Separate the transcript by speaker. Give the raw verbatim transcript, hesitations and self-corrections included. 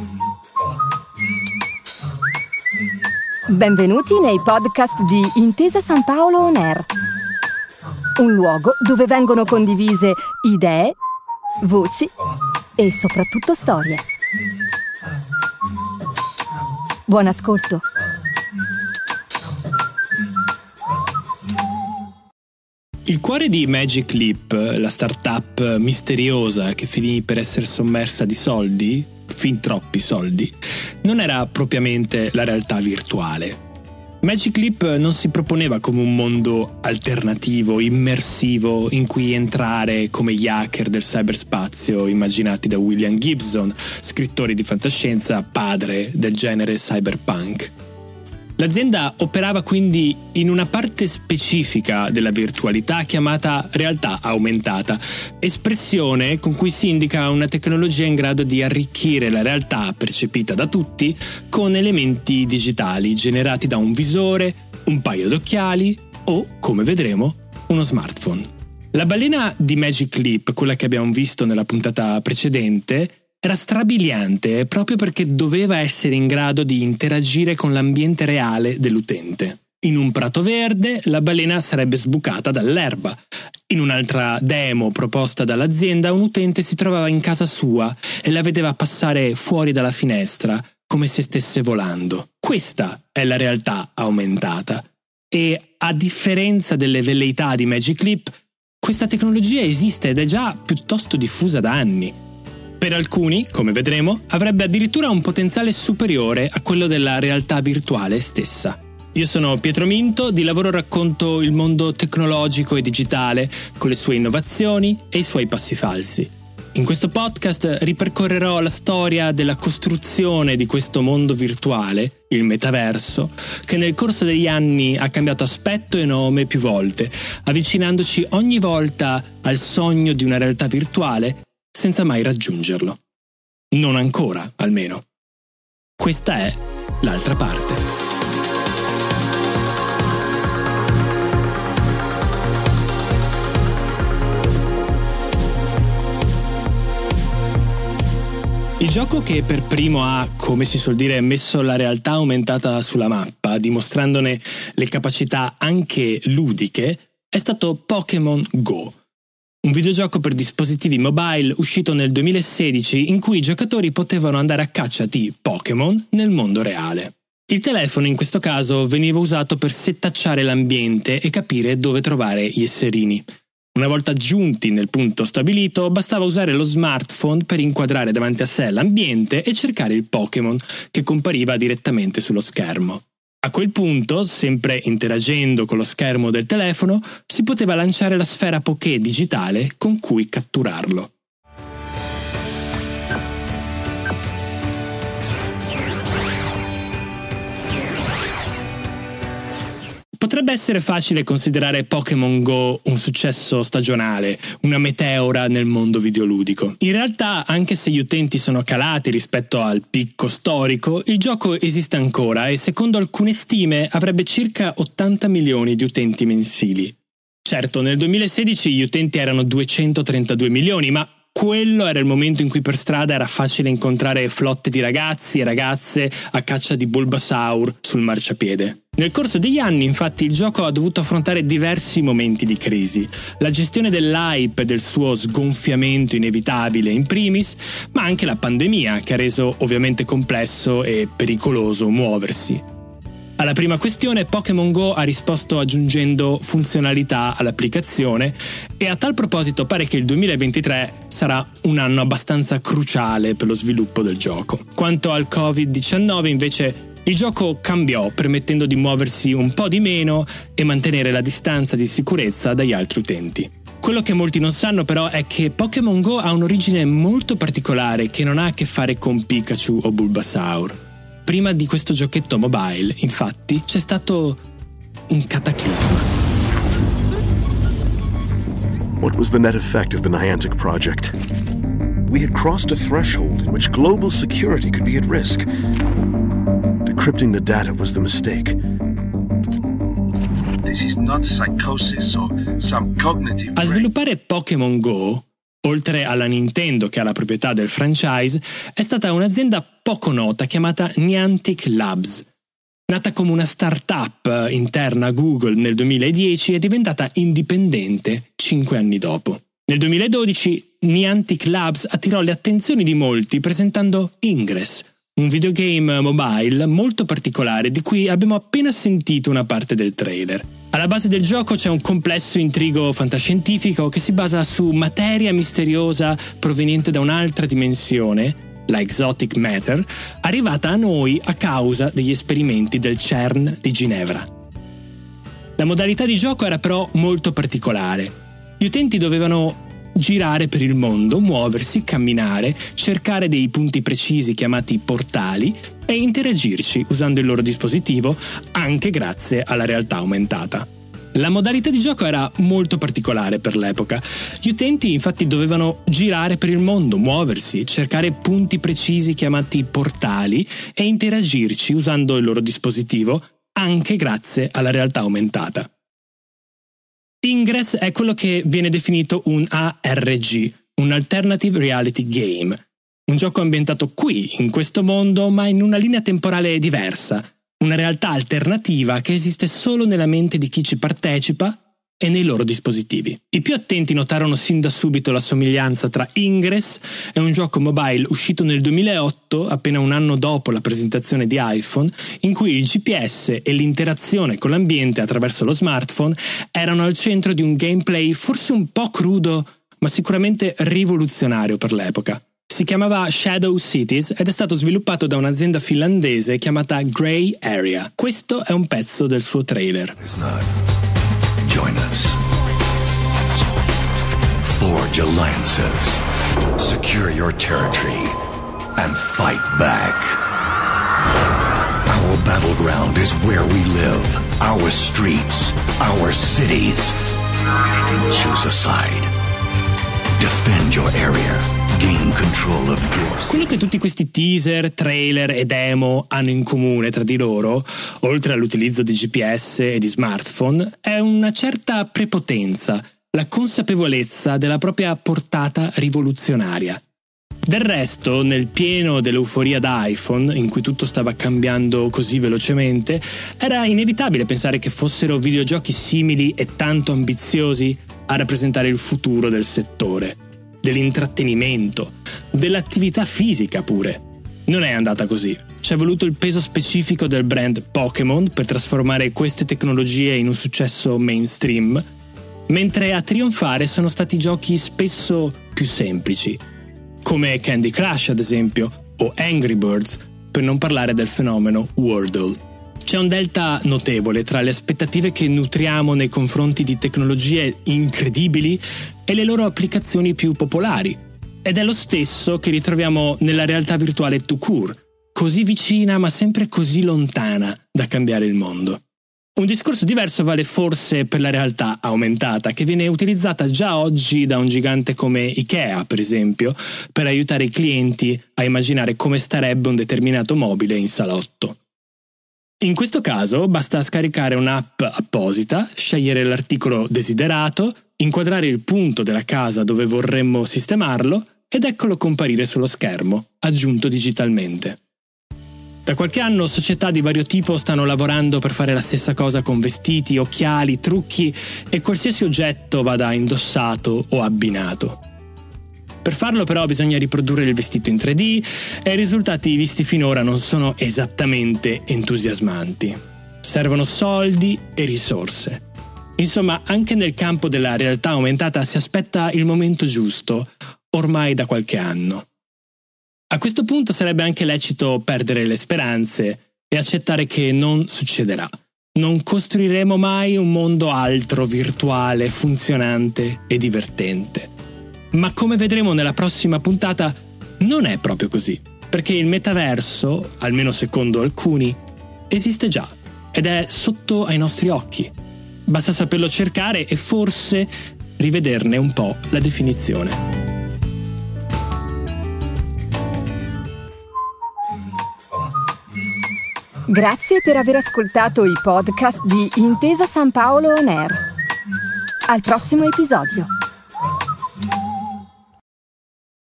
Speaker 1: Benvenuti nei podcast di Intesa San Paolo On Air, un luogo dove vengono condivise idee, voci e soprattutto storie. Buon ascolto.
Speaker 2: Il cuore di Magic Leap, la startup misteriosa che finì per essere sommersa di soldi, fin troppi soldi, non era propriamente la realtà virtuale. Magic Leap non si proponeva come un mondo alternativo, immersivo, in cui entrare come gli hacker del cyberspazio immaginati da William Gibson, scrittore di fantascienza, padre del genere cyberpunk. L'azienda operava quindi in una parte specifica della virtualità chiamata realtà aumentata, espressione con cui si indica una tecnologia in grado di arricchire la realtà percepita da tutti con elementi digitali generati da un visore, un paio d'occhiali o, come vedremo, uno smartphone. La balena di Magic Leap, quella che abbiamo visto nella puntata precedente, era strabiliante proprio perché doveva essere in grado di interagire con l'ambiente reale dell'utente. In un prato verde, la balena sarebbe sbucata dall'erba. In un'altra demo proposta dall'azienda, un utente si trovava in casa sua e la vedeva passare fuori dalla finestra, come se stesse volando. Questa è la realtà aumentata. E a differenza delle velleità di Magic Leap, questa tecnologia esiste ed è già piuttosto diffusa da anni. Per alcuni, come vedremo, avrebbe addirittura un potenziale superiore a quello della realtà virtuale stessa. Io sono Pietro Minto, di lavoro racconto il mondo tecnologico e digitale, con le sue innovazioni e i suoi passi falsi. In questo podcast ripercorrerò la storia della costruzione di questo mondo virtuale, il metaverso, che nel corso degli anni ha cambiato aspetto e nome più volte, avvicinandoci ogni volta al sogno di una realtà virtuale senza mai raggiungerlo. Non ancora, almeno. Questa è l'altra parte. Il gioco che per primo ha, come si suol dire, messo la realtà aumentata sulla mappa, dimostrandone le capacità anche ludiche, è stato Pokémon Go. Un videogioco per dispositivi mobile uscito nel duemilasedici in cui i giocatori potevano andare a caccia di Pokémon nel mondo reale. Il telefono in questo caso veniva usato per settacciare l'ambiente e capire dove trovare gli esserini. Una volta giunti nel punto stabilito, bastava usare lo smartphone per inquadrare davanti a sé l'ambiente e cercare il Pokémon che compariva direttamente sullo schermo. A quel punto, sempre interagendo con lo schermo del telefono, si poteva lanciare la sfera Poké digitale con cui catturarlo. Potrebbe essere facile considerare Pokémon Go un successo stagionale, una meteora nel mondo videoludico. In realtà, anche se gli utenti sono calati rispetto al picco storico, il gioco esiste ancora e secondo alcune stime avrebbe circa ottanta milioni di utenti mensili. Certo, nel duemilasedici gli utenti erano duecentotrentadue milioni, ma quello era il momento in cui per strada era facile incontrare flotte di ragazzi e ragazze a caccia di Bulbasaur sul marciapiede. Nel corso degli anni, infatti, il gioco ha dovuto affrontare diversi momenti di crisi. La gestione dell'hype e del suo sgonfiamento inevitabile in primis, ma anche la pandemia, che ha reso ovviamente complesso e pericoloso muoversi. Alla prima questione, Pokémon Go ha risposto aggiungendo funzionalità all'applicazione e a tal proposito pare che il duemilaventitré sarà un anno abbastanza cruciale per lo sviluppo del gioco. Quanto al covid diciannove, invece, il gioco cambiò, permettendo di muoversi un po' di meno e mantenere la distanza di sicurezza dagli altri utenti. Quello che molti non sanno però è che Pokémon Go ha un'origine molto particolare che non ha a che fare con Pikachu o Bulbasaur. Prima di questo giochetto mobile, infatti, c'è stato un cataclisma.
Speaker 3: What was the net effect of the Niantic project? We had crossed a threshold in which global security could be at risk. Decrypting the data was the mistake.
Speaker 4: This is not psychosis or some cognitive.
Speaker 2: A sviluppare Pokémon Go oltre alla Nintendo che ha la proprietà del franchise, è stata un'azienda poco nota chiamata Niantic Labs. Nata come una startup interna a Google nel duemiladieci, è diventata indipendente cinque anni dopo. Nel duemiladodici Niantic Labs attirò le attenzioni di molti presentando Ingress, un videogame mobile molto particolare di cui abbiamo appena sentito una parte del trailer. Alla base del gioco c'è un complesso intrigo fantascientifico che si basa su materia misteriosa proveniente da un'altra dimensione, la Exotic Matter, arrivata a noi a causa degli esperimenti del CERN di Ginevra. La modalità di gioco era però molto particolare. Gli utenti dovevano girare per il mondo, muoversi, camminare, cercare dei punti precisi chiamati portali e interagirci usando il loro dispositivo, anche grazie alla realtà aumentata. La modalità di gioco era molto particolare per l'epoca. Gli utenti infatti dovevano girare per il mondo, muoversi, cercare punti precisi chiamati portali e interagirci usando il loro dispositivo, anche grazie alla realtà aumentata. Ingress è quello che viene definito un A R G, un Alternative Reality Game, un gioco ambientato qui, in questo mondo, ma in una linea temporale diversa, una realtà alternativa che esiste solo nella mente di chi ci partecipa e nei loro dispositivi. I più attenti notarono sin da subito la somiglianza tra Ingress e un gioco mobile uscito nel duemilaotto, appena un anno dopo la presentazione di iPhone, in cui il G P S e l'interazione con l'ambiente attraverso lo smartphone erano al centro di un gameplay forse un po' crudo, ma sicuramente rivoluzionario per l'epoca. Si chiamava Shadow Cities ed è stato sviluppato da un'azienda finlandese chiamata Grey Area. Questo è un pezzo del suo trailer.
Speaker 4: Join us. Forge alliances. Secure your territory. And fight back. Our battleground is where we live. Our streets. Our cities. Choose a side. Defend your area. Gain control of yours.
Speaker 2: Quello che tutti questi teaser, trailer e demo hanno in comune tra di loro, oltre all'utilizzo di G P S e di smartphone, è una certa prepotenza, la consapevolezza della propria portata rivoluzionaria. Del resto, nel pieno dell'euforia da iPhone, in cui tutto stava cambiando così velocemente, era inevitabile pensare che fossero videogiochi simili e tanto ambiziosi a rappresentare il futuro del settore, dell'intrattenimento, dell'attività fisica pure. Non è andata così. Ci è voluto il peso specifico del brand Pokémon per trasformare queste tecnologie in un successo mainstream, mentre a trionfare sono stati giochi spesso più semplici, come Candy Crush ad esempio, o Angry Birds, per non parlare del fenomeno Wordle. C'è un delta notevole tra le aspettative che nutriamo nei confronti di tecnologie incredibili e le loro applicazioni più popolari. Ed è lo stesso che ritroviamo nella realtà virtuale tout court, così vicina ma sempre così lontana da cambiare il mondo. Un discorso diverso vale forse per la realtà aumentata, che viene utilizzata già oggi da un gigante come IKEA, per esempio, per aiutare i clienti a immaginare come starebbe un determinato mobile in salotto. In questo caso basta scaricare un'app apposita, scegliere l'articolo desiderato, inquadrare il punto della casa dove vorremmo sistemarlo ed eccolo comparire sullo schermo, aggiunto digitalmente. Da qualche anno società di vario tipo stanno lavorando per fare la stessa cosa con vestiti, occhiali, trucchi e qualsiasi oggetto vada indossato o abbinato. Per farlo però bisogna riprodurre il vestito in tre D e i risultati visti finora non sono esattamente entusiasmanti. Servono soldi e risorse. Insomma, anche nel campo della realtà aumentata si aspetta il momento giusto, ormai da qualche anno. A questo punto sarebbe anche lecito perdere le speranze e accettare che non succederà. Non costruiremo mai un mondo altro, virtuale, funzionante e divertente. Ma come vedremo nella prossima puntata, non è proprio così, perché il metaverso, almeno secondo alcuni, esiste già ed è sotto ai nostri occhi. Basta saperlo cercare e forse rivederne un po' la definizione.
Speaker 1: Grazie per aver ascoltato i podcast di Intesa San Paolo On Air. Al prossimo episodio.